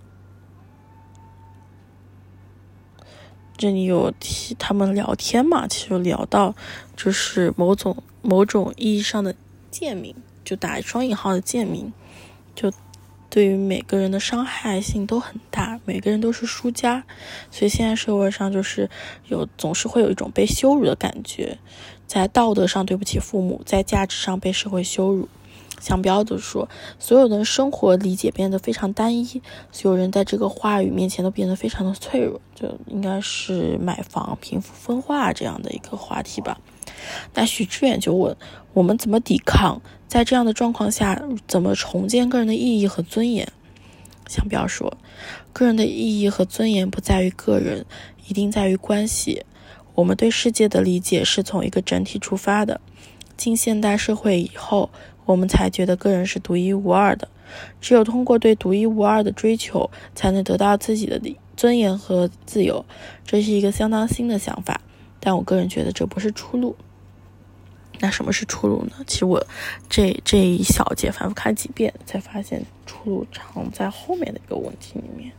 Speaker 1: 这里有提他们聊天嘛，其实有聊到就是某种某种意义上的贱民，就打双引号的贱民，就对于每个人的伤害性都很大，每个人都是输家，所以现在社会上就是有总是会有一种被羞辱的感觉，在道德上对不起父母，在价值上被社会羞辱。项彪就说，所有人生活理解变得非常单一，所有人在这个话语面前都变得非常的脆弱，就应该是买房贫富分化这样的一个话题吧。那许知远就问，我们怎么抵抗，在这样的状况下怎么重建个人的意义和尊严？项彪说，个人的意义和尊严不在于个人，一定在于关系。我们对世界的理解是从一个整体出发的，进现代社会以后，我们才觉得个人是独一无二的，只有通过对独一无二的追求，才能得到自己的尊严和自由。这是一个相当新的想法，但我个人觉得这不是出路。那什么是出路呢？其实我这这一小节反复看几遍，才发现出路藏在后面的一个问题里面。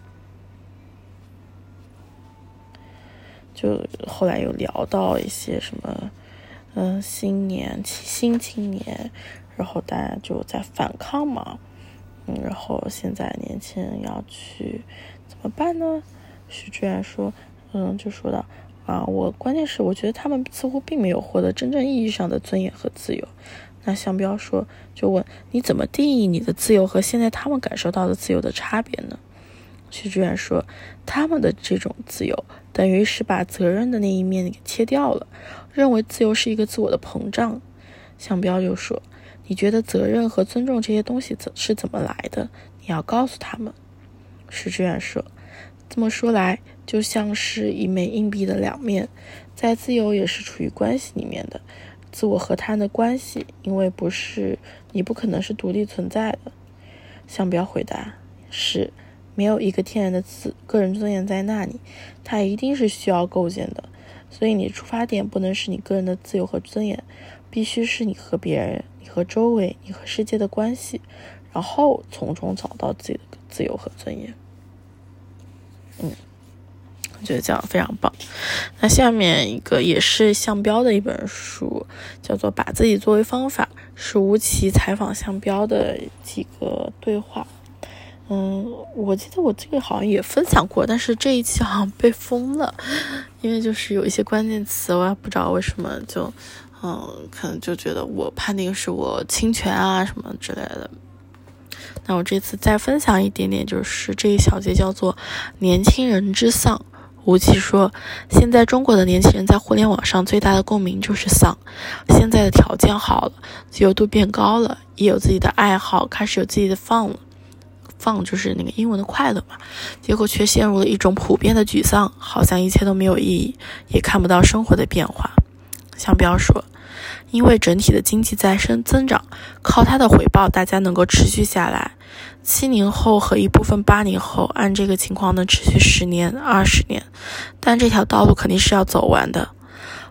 Speaker 1: 就后来有聊到一些什么嗯，新年新青年，然后大家就在反抗嘛，嗯，然后现在年轻人要去怎么办呢？许知远说，嗯，就说到啊，我关键是我觉得他们似乎并没有获得真正意义上的尊严和自由。那项彪说，就问你怎么定义你的自由和现在他们感受到的自由的差别呢？许知远说，他们的这种自由等于是把责任的那一面给切掉了，认为自由是一个自我的膨胀。项彪就说，你觉得责任和尊重这些东西是怎么来的？你要告诉他们。许知远说，这么说来就像是一枚硬币的两面，在自由也是处于关系里面的，自我和他人的关系，因为不是你不可能是独立存在的。项彪回答，是没有一个天然的自个人尊严在那里，它一定是需要构建的，所以你出发点不能是你个人的自由和尊严，必须是你和别人、你和周围、你和世界的关系，然后从中找到自己的自由和尊严。嗯，我觉得这样非常棒。那下面一个也是项彪的一本书，叫做《把自己作为方法》，是吴奇采访项彪的几个对话。嗯，我记得我这个好像也分享过，但是这一期好像被封了，因为就是有一些关键词，我也不知道为什么就，嗯，可能就觉得我判定是我侵权啊什么之类的。那我这次再分享一点点，就是这一小节叫做年轻人之丧。吴奇说，现在中国的年轻人在互联网上最大的共鸣就是丧。现在的条件好了，自由度变高了，也有自己的爱好，开始有自己的放了。放就是那个英文的快乐嘛，结果却陷入了一种普遍的沮丧，好像一切都没有意义，也看不到生活的变化。项彪说，因为整体的经济在升增长，靠它的回报大家能够持续下来。七零后和一部分八零后按这个情况能持续十年、二十年，但这条道路肯定是要走完的。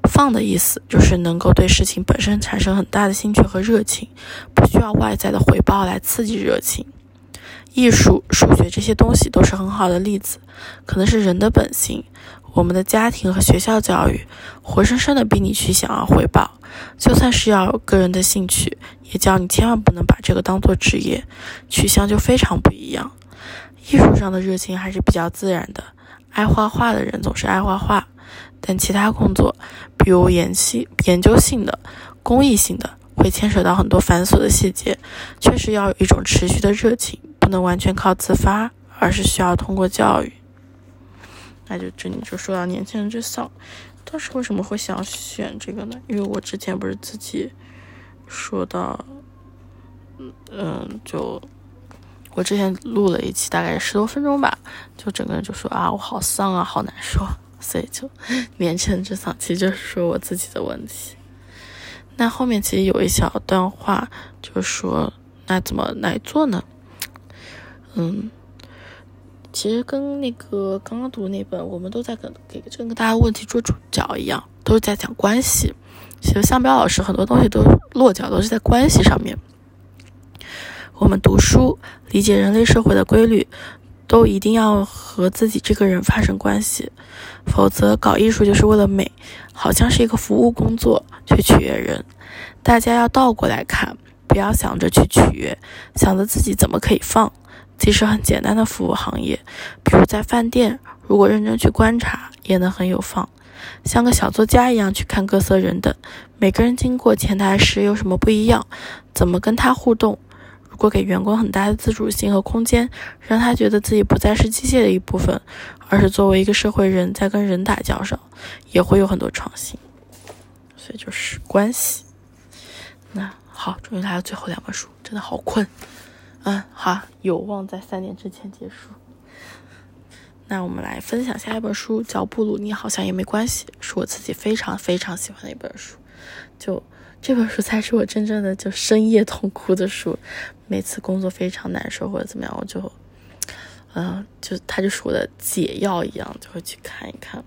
Speaker 1: 放的意思就是能够对事情本身产生很大的兴趣和热情，不需要外在的回报来刺激热情。艺术、数学这些东西都是很好的例子，可能是人的本性，我们的家庭和学校教育活生生的逼你去想要回报，就算是要个人的兴趣，也叫你千万不能把这个当做职业，取向就非常不一样。艺术上的热情还是比较自然的，爱画画的人总是爱画画，但其他工作，比如研系研究性的、公益性的，会牵扯到很多繁琐的细节，确实要有一种持续的热情，不能完全靠自发，而是需要通过教育。那就这里就说到年轻人之丧，当时为什么会想选这个呢？因为我之前不是自己说到，嗯，就我之前录了一期大概十多分钟吧，就整个人就说啊，我好丧啊，好难受，所以就年轻人之丧，其实就是说我自己的问题。那后面其实有一小段话，就是说那怎么来做呢？嗯。其实跟那个刚刚读那本我们都在跟给这个大家问题做主角一样，都是在讲关系。其实向彪老师很多东西都落脚都是在关系上面。我们读书理解人类社会的规律，都一定要和自己这个人发生关系，否则搞艺术就是为了美，好像是一个服务工作去取悦人。大家要倒过来看，不要想着去取悦，想着自己怎么可以放。即使很简单的服务行业，比如在饭店，如果认真去观察，也能很有放。像个小作家一样去看各色人等，每个人经过前台时有什么不一样，怎么跟他互动。如果给员工很大的自主性和空间，让他觉得自己不再是机械的一部分，而是作为一个社会人在跟人打交道，也会有很多创新。所以就是关系。那好，终于来到最后两本书，真的好困。嗯，好，有望在三点之前结束。那我们来分享下一本书，叫《布鲁尼好像也没关系》，是我自己非常非常喜欢的一本书。就这本书才是我真正的就深夜痛哭的书。每次工作非常难受或者怎么样，我就，嗯、呃，就它就是我的解药一样，就会去看一看。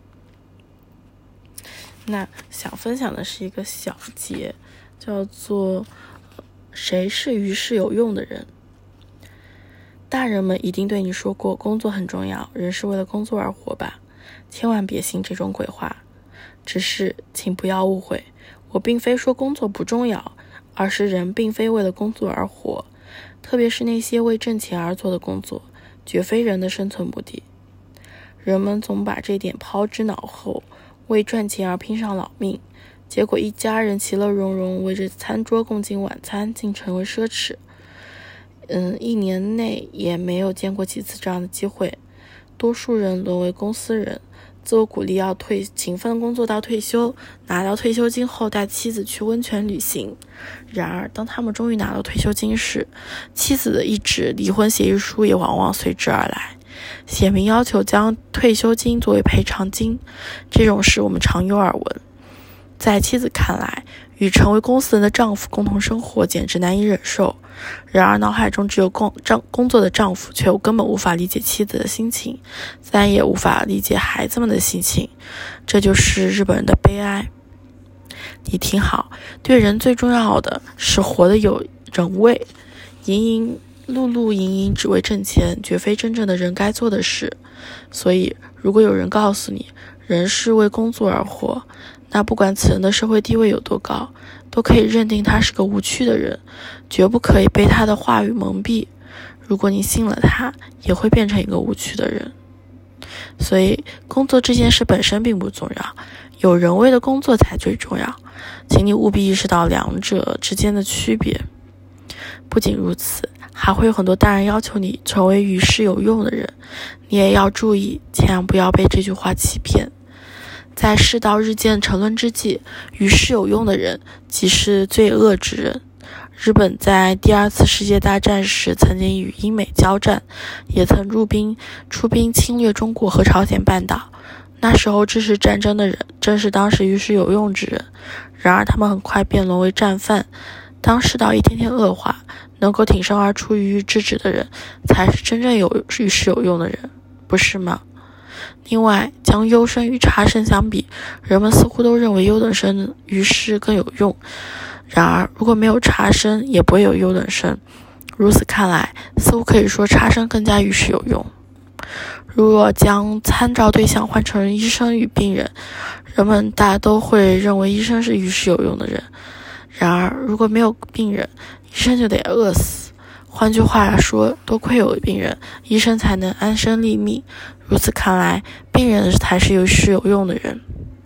Speaker 1: 那想分享的是一个小节，叫做谁是于事有用的人。大人们一定对你说过工作很重要，人是为了工作而活吧，千万别信这种鬼话。只是请不要误会，我并非说工作不重要，而是人并非为了工作而活，特别是那些为挣钱而做的工作，绝非人的生存目的。人们总把这点抛之脑后，为赚钱而拼上老命，结果一家人其乐融融围着餐桌共进晚餐，竟成为奢侈。嗯，一年内也没有见过几次这样的机会。多数人沦为公司人，自我鼓励要退勤奋工作到退休，拿到退休金后带妻子去温泉旅行。然而当他们终于拿到退休金时，妻子的一纸离婚协议书也往往随之而来，写明要求将退休金作为赔偿金。这种事我们常有耳闻。在妻子看来，与成为公司人的丈夫共同生活简直难以忍受。然而脑海中只有工丈工作的丈夫，却又根本无法理解妻子的心情，自然也无法理解孩子们的心情。这就是日本人的悲哀。你听好，对人最重要的是活得有人味，营营碌碌营营只为挣钱，绝非真正的人该做的事。所以如果有人告诉你人是为工作而活，那不管此人的社会地位有多高，都可以认定他是个无趣的人，绝不可以被他的话语蒙蔽。如果你信了他，也会变成一个无趣的人。所以工作这件事本身并不重要，有人味的工作才最重要。请你务必意识到两者之间的区别。不仅如此，还会有很多大人要求你成为与世有用的人，你也要注意，千万不要被这句话欺骗。在世道日渐沉沦之际，与世有用的人即是罪恶之人。日本在第二次世界大战时曾经与英美交战，也曾入兵出兵侵略中国和朝鲜半岛。那时候支持战争的人正是当时于世有用之人，然而他们很快便沦为战犯。当世道一天天恶化，能够挺身而出予以制止的人，才是真正有与世有用的人，不是吗？ 另外，将优生与差生相比，人们似乎都认为优等生于世更有用。然而，如果没有差生，也不会有优等生。如此看来，似乎可以说差生更加于世有用。如果将参照对象换成医生与病人，人们大都会认为医生是于世有用的人。然而，如果没有病人，医生就得饿死。换句话说，多亏有病人，医生才能安身立命。如此看来，病人才是于世有用的人。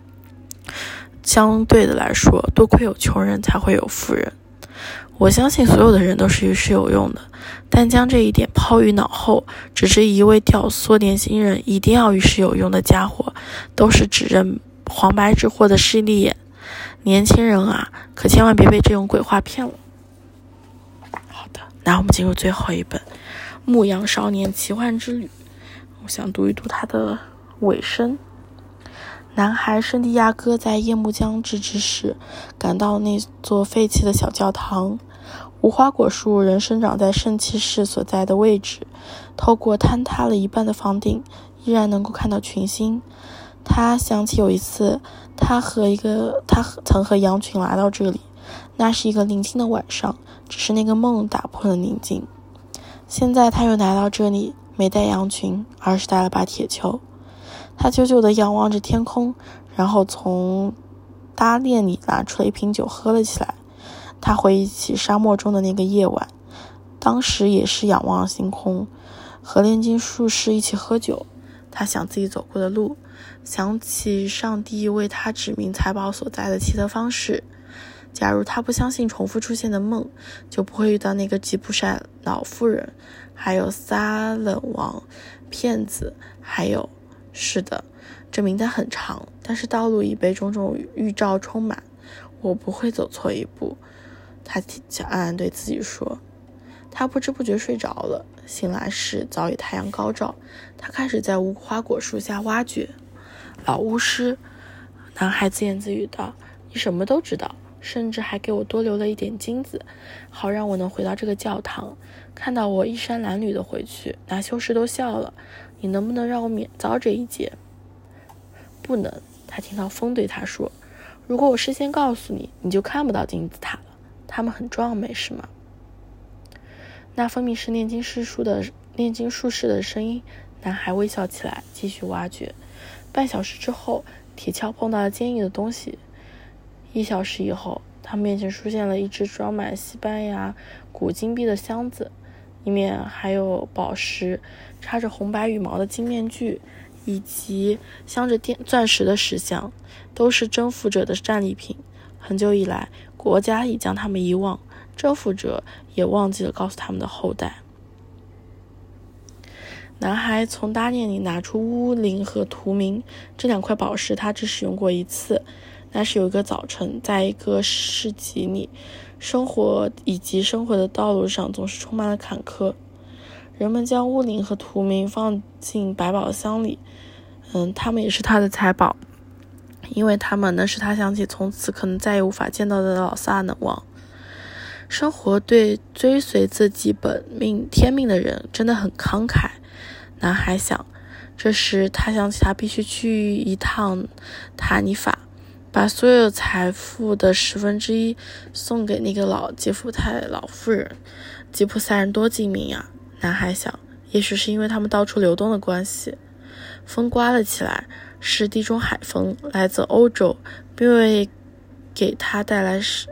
Speaker 1: 相对的来说，多亏有穷人，才会有富人。我相信所有的人都是于世有用的，但将这一点抛于脑后，只是一味吊唆年轻人一定要于世有用的家伙，都是只认黄白之货的势利眼。年轻人啊，可千万别被这种鬼话骗了。好的，那我们进入最后一本《牧羊少年奇幻之旅》。我想读一读它的尾声。男孩圣地亚哥在夜幕将至之时，赶到那座废弃的小教堂。无花果树仍生长在圣骑士所在的位置，透过坍塌了一半的房顶，依然能够看到群星。他想起有一次，他和一个他曾和羊群来到这里，那是一个宁静的晚上，只是那个梦打破了宁静。现在他又来到这里，没带羊群，而是带了把铁锹。他久久地仰望着天空，然后从搭链里拿出了一瓶酒喝了起来。他回忆起沙漠中的那个夜晚，当时也是仰望星空，和炼金术士一起喝酒。他想自己走过的路，想起上帝为他指明财宝所在的奇特方式。假如他不相信重复出现的梦，就不会遇到那个吉普赛老妇人，还有撒冷王、骗子，还有……是的，这名单很长，但是道路已被种种预兆充满。我不会走错一步，他暗暗对自己说。他不知不觉睡着了，醒来时早已太阳高照。他开始在无花果树下挖掘。老巫师，男孩自言自语道，你什么都知道，甚至还给我多留了一点金子，好让我能回到这个教堂，看到我衣衫褴褛的回去。那修士都笑了，你能不能让我免遭这一劫？不能，他听到风对他说，如果我事先告诉你，你就看不到金字塔了，它们很壮美，是吗？那分明是炼金术士的炼金术士的声音。男孩微笑起来，继续挖掘。半小时之后，铁锹碰到了坚硬的东西。一小时以后，他面前出现了一只装满西班牙古金币的箱子，里面还有宝石，插着红白羽毛的金面具，以及镶着电钻石的石像，都是征服者的战利品。很久以来，国家已将他们遗忘，征服者也忘记了告诉他们的后代。男孩从搭链里拿出乌灵和图明，这两块宝石他只使用过一次，那是有一个早晨，在一个市集里，生活以及生活的道路上总是充满了坎坷。人们将乌灵和图明放进百宝箱里，嗯，他们也是他的财宝，因为他们能使他想起从此可能再也无法见到的老萨冷王。生活对追随自己本命天命的人真的很慷慨。男孩想，这时他想起他必须去一趟塔尼法，把所有财富的十分之一送给那个老吉普赛老妇人。吉普赛人多精明啊，男孩想，也许是因为他们到处流动的关系。风刮了起来，是地中海风，来自欧洲，并未给他带来是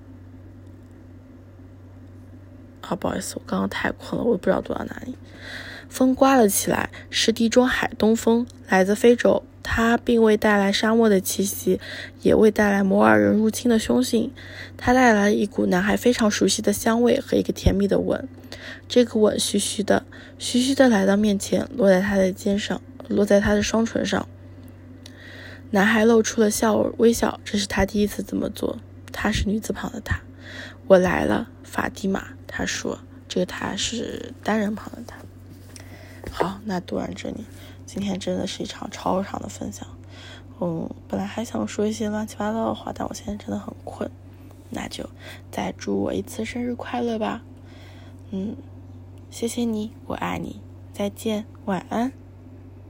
Speaker 1: 啊，不好意思，我刚刚太困了，我不知道读到哪里。风刮了起来，是地中海东风，来自非洲，它并未带来沙漠的气息，也未带来摩尔人入侵的凶性，它带来了一股男孩非常熟悉的香味和一个甜蜜的吻。这个吻徐徐的徐徐的来到面前，落在他的肩上，落在他的双唇上。男孩露出了笑微笑，这是他第一次这么做。他是女字旁的他。我来了，法蒂玛，他说，这个他是单人旁的他。好，那读完这里，今天真的是一场超长的分享。嗯，本来还想说一些乱七八糟的话，但我现在真的很困，那就再祝我一次生日快乐吧。嗯，谢谢你，我爱你，再见，晚安。